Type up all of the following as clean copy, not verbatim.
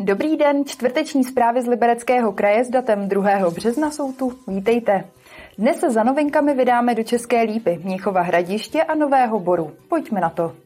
Dobrý den, čtvrteční zprávy z Libereckého kraje s datem 2. března jsou tu. Vítejte. Dnes se za novinkami vydáme do České Lípy, Mnichova Hradiště a Nového Boru. Pojďme na to.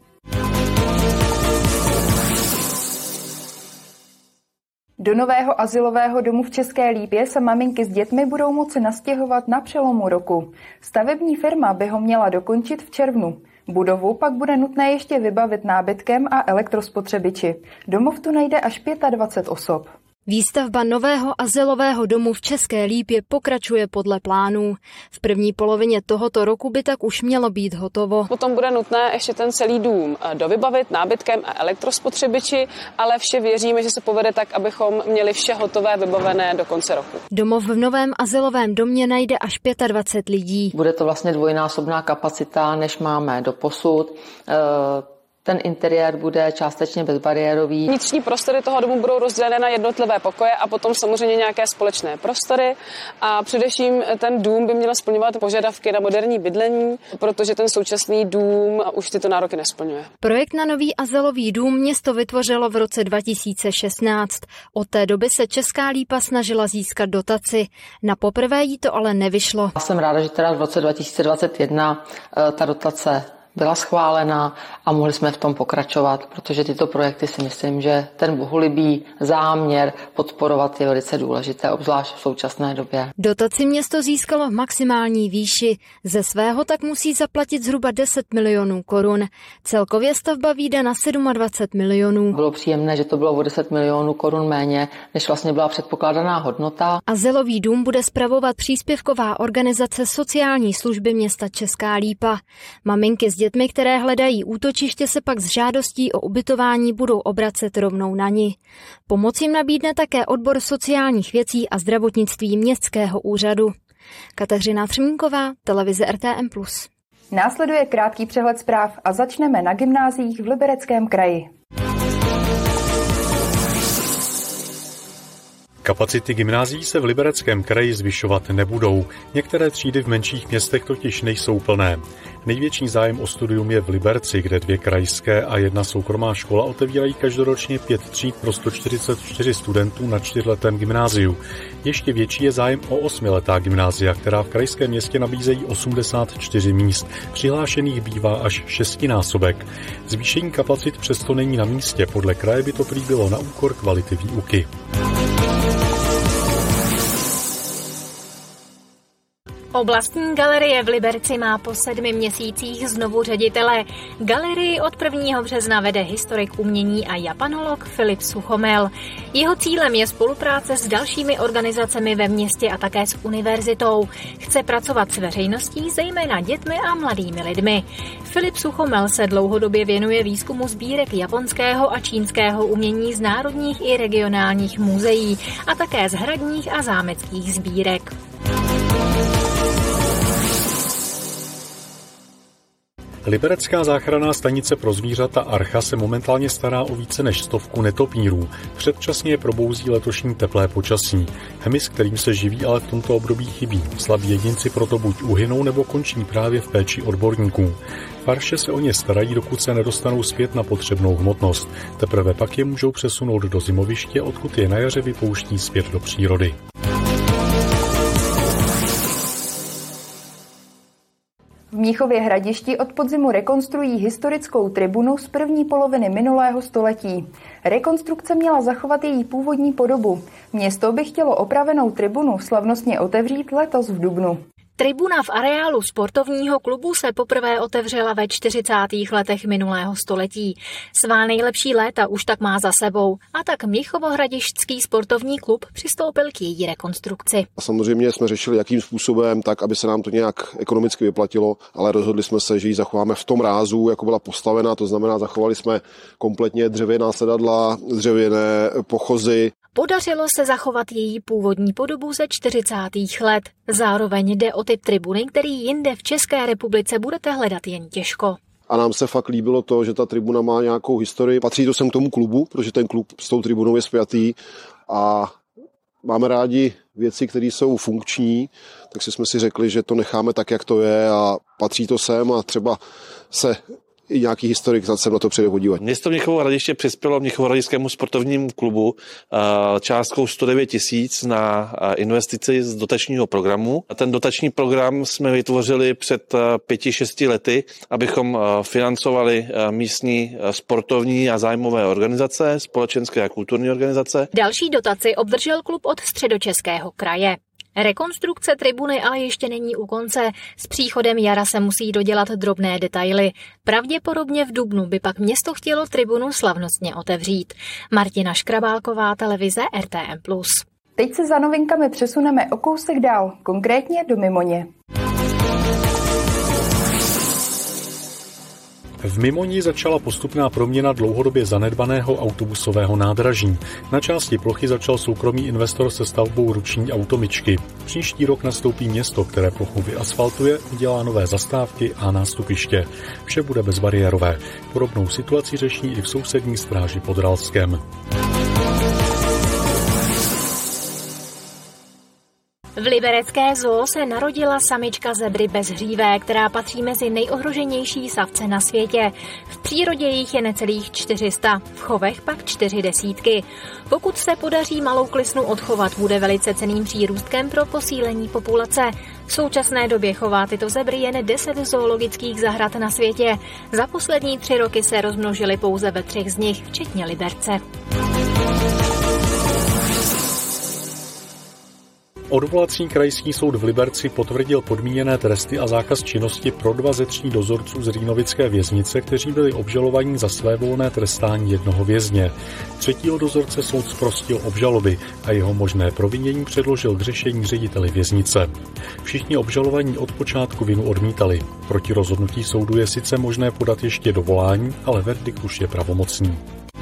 Do nového azylového domu v České Lípě se maminky s dětmi budou moci nastěhovat na přelomu roku. Stavební firma by ho měla dokončit v červnu. Budovu pak bude nutné ještě vybavit nábytkem a elektrospotřebiči. Domov tu najde až 25 osob. Výstavba nového azylového domu v České Lípě pokračuje podle plánů. V první polovině tohoto roku by tak už mělo být hotovo. Potom bude nutné ještě ten celý dům dovybavit nábytkem a elektrospotřebiči, ale vše věříme, že se povede tak, abychom měli vše hotové, vybavené do konce roku. Domov v novém azylovém domě najde až 25 lidí. Bude to vlastně dvojnásobná kapacita, než máme doposud. Ten interiér bude částečně bezbariérový. Vnitřní prostory toho domu budou rozdělené na jednotlivé pokoje a potom samozřejmě nějaké společné prostory. A především ten dům by měl splňovat požadavky na moderní bydlení, protože ten současný dům už tyto nároky nesplňuje. Projekt na nový azylový dům město vytvořilo v roce 2016. Od té doby se Česká Lípa snažila získat dotaci. Na poprvé jí to ale nevyšlo. Jsem ráda, že teda v roce 2021 ta dotace byla schválena a mohli jsme v tom pokračovat, protože tyto projekty si myslím, že ten bohulibý záměr podporovat je velice důležité, obzvlášť v současné době. Dotaci město získalo v maximální výši. Ze svého tak musí zaplatit zhruba 10 milionů korun. Celkově stavba vyjde na 27 milionů. Bylo příjemné, že to bylo o 10 milionů korun méně, než vlastně byla předpokládaná hodnota. Azylový dům bude spravovat příspěvková organizace sociální služby města Česká Lípa. Maminky s dětmi, které hledají útočiště, se pak s žádostí o ubytování budou obracet rovnou na ni. Pomoc jim nabídne také odbor sociálních věcí a zdravotnictví městského úřadu. Kateřina Třmínková, televize RTM+. Následuje krátký přehled zpráv a začneme na gymnáziích v Libereckém kraji. Kapacity gymnázií se v Libereckém kraji zvyšovat nebudou. Některé třídy v menších městech totiž nejsou plné. Největší zájem o studium je v Liberci, kde 2 krajské a 1 soukromá škola otevírají každoročně 5 tříd pro 144 studentů na 4letém gymnáziu. Ještě větší je zájem o 8letá gymnázia, která v krajském městě nabízejí 84 míst. Přihlášených bývá až 6násobek. Zvýšení kapacit přesto není na místě, podle kraje by to prý bylo na úkor kvality výuky. Oblastní galerie v Liberci má po 7 měsících znovu ředitele. Galerii od 1. března vede historik umění a japanolog Filip Suchomel. Jeho cílem je spolupráce s dalšími organizacemi ve městě a také s univerzitou. Chce pracovat s veřejností, zejména dětmi a mladými lidmi. Filip Suchomel se dlouhodobě věnuje výzkumu sbírek japonského a čínského umění z národních i regionálních muzeí a také z hradních a zámeckých sbírek. Liberecká záchranná stanice pro zvířata Archa se momentálně stará o více než 100 netopírů. Předčasně je probouzí letošní teplé počasí. Hmyz, kterým se živí, ale v tomto období chybí. Slabí jedinci proto buď uhynou, nebo končí právě v péči odborníků. Farše se o ně starají, dokud se nedostanou zpět na potřebnou hmotnost. Teprve pak je můžou přesunout do zimoviště, odkud je na jaře vypouští zpět do přírody. V Mnichově Hradišti od podzimu rekonstruují historickou tribunu z první poloviny minulého století. Rekonstrukce měla zachovat její původní podobu. Město by chtělo opravenou tribunu slavnostně otevřít letos v dubnu. Tribuna v areálu sportovního klubu se poprvé otevřela ve 40. letech minulého století. Svá nejlepší léta už tak má za sebou a tak Mnichovohradištský sportovní klub přistoupil k její rekonstrukci. Samozřejmě jsme řešili, jakým způsobem, tak aby se nám to nějak ekonomicky vyplatilo, ale rozhodli jsme se, že ji zachováme v tom rázu, jako byla postavena, to znamená, zachovali jsme kompletně dřevěná sedadla, dřevěné pochozy. Podařilo se zachovat její původní podobu ze 40. let. Zároveň jde o typ tribuny, který jinde v České republice budete hledat jen těžko. A nám se fakt líbilo to, že ta tribuna má nějakou historii. Patří to sem k tomu klubu, protože ten klub s tou tribunou je spjatý a máme rádi věci, které jsou funkční, tak jsme si řekli, že to necháme tak, jak to je a patří to sem a třeba se i nějaký historik se na to přijde podívat. Město Mnichovo Hradiště přispělo Mnichovohradišskému sportovnímu klubu částkou 109 000 na investici z dotačního programu. Ten dotační program jsme vytvořili před 5-6 lety, abychom financovali místní sportovní a zájmové organizace, společenské a kulturní organizace. Další dotaci obdržel klub od Středočeského kraje. Rekonstrukce tribuny ale ještě není u konce. S příchodem jara se musí dodělat drobné detaily. Pravděpodobně v dubnu by pak město chtělo tribunu slavnostně otevřít. Martina Škrabálková, televize RTM+. Teď se za novinkami přesuneme o kousek dál, konkrétně do Mimoně. V Mimoni začala postupná proměna dlouhodobě zanedbaného autobusového nádraží. Na části plochy začal soukromý investor se stavbou ruční automyčky. Příští rok nastoupí město, které plochu vyasfaltuje, udělá nové zastávky a nástupiště. Vše bude bezbariérové. Podobnou situaci řeší i v sousední Stráži pod Ralskem. V liberecké zoo se narodila samička zebry bezhřívé, která patří mezi nejohroženější savce na světě. V přírodě jich je necelých 400, v chovech pak 40. Pokud se podaří malou klisnu odchovat, bude velice cenným přírůstkem pro posílení populace. V současné době chová tyto zebry jen 10 zoologických zahrad na světě. Za poslední 3 roky se rozmnožily pouze ve 3 z nich, včetně Liberce. Odvolací krajský soud v Liberci potvrdil podmíněné tresty a zákaz činnosti pro 2 ze 3 dozorců z Rýnovické věznice, kteří byli obžalovaní za svévolné trestání jednoho vězně. 3. dozorce soud zprostil obžaloby a jeho možné provinění předložil k řešení řediteli věznice. Všichni obžalovaní od počátku vinu odmítali. Proti rozhodnutí soudu je sice možné podat ještě dovolání, ale verdikt už je pravomocný.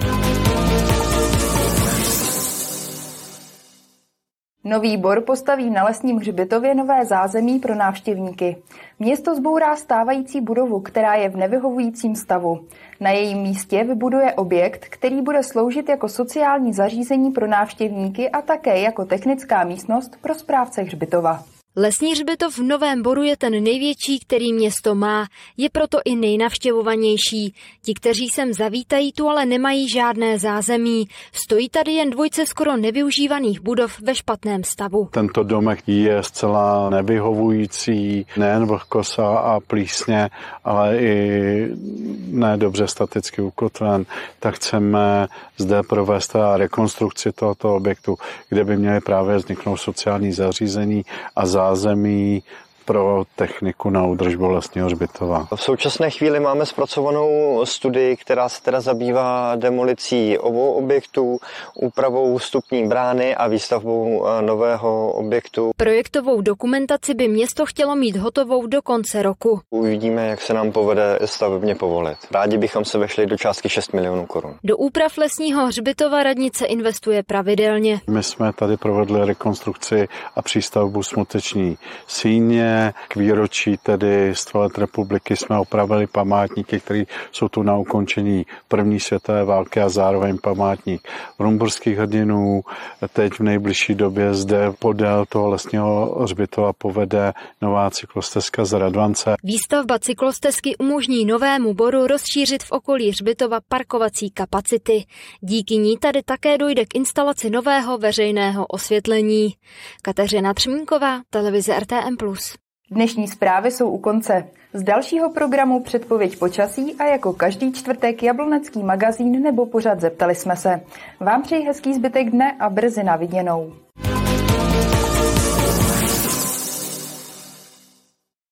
Nový Bor postaví na Lesním hřbitově nové zázemí pro návštěvníky. Město zbourá stávající budovu, která je v nevyhovujícím stavu. Na jejím místě vybuduje objekt, který bude sloužit jako sociální zařízení pro návštěvníky a také jako technická místnost pro správce hřbitova. Lesní hřbitov v Novém Boru je ten největší, který město má, je proto i nejnavštěvovanější. Ti, kteří sem zavítají, tu ale nemají žádné zázemí. Stojí tady jen 2 skoro nevyužívaných budov ve špatném stavu. Tento domek je zcela nevyhovující, nejen vlhkost a plísně, ale i nedobře staticky ukotven. Tak chceme zde provést rekonstrukci tohoto objektu, kde by měly právě vzniknout sociální zařízení a zázemí pro techniku na údržbu lesního hřbitova. V současné chvíli máme zpracovanou studii, která se teda zabývá demolicí obou objektů, úpravou vstupní brány a výstavbou nového objektu. Projektovou dokumentaci by město chtělo mít hotovou do konce roku. Uvidíme, jak se nám povede stavebně povolit. Rádi bychom se vešli do částky 6 milionů korun. Do úprav lesního hřbitova radnice investuje pravidelně. My jsme tady provedli rekonstrukci a přístavbu smuteční síně. K výročí tedy 100 let republiky jsme opravili památníky, které jsou tu na ukončení první světové války a zároveň památník rumburských hrdinů. Teď v nejbližší době zde podél toho lesního hřbitova povede nová cyklostezka z Radvance. Výstavba cyklostezky umožní Novému Boru rozšířit v okolí hřbitova parkovací kapacity. Díky ní tady také dojde k instalaci nového veřejného osvětlení. Kateřina Třmínková, televize RTM+. Dnešní zprávy jsou u konce. Z dalšího programu předpověď počasí a jako každý čtvrtek Jablonecký magazín nebo pořad Zeptali jsme se. Vám přeji hezký zbytek dne a brzy na viděnou.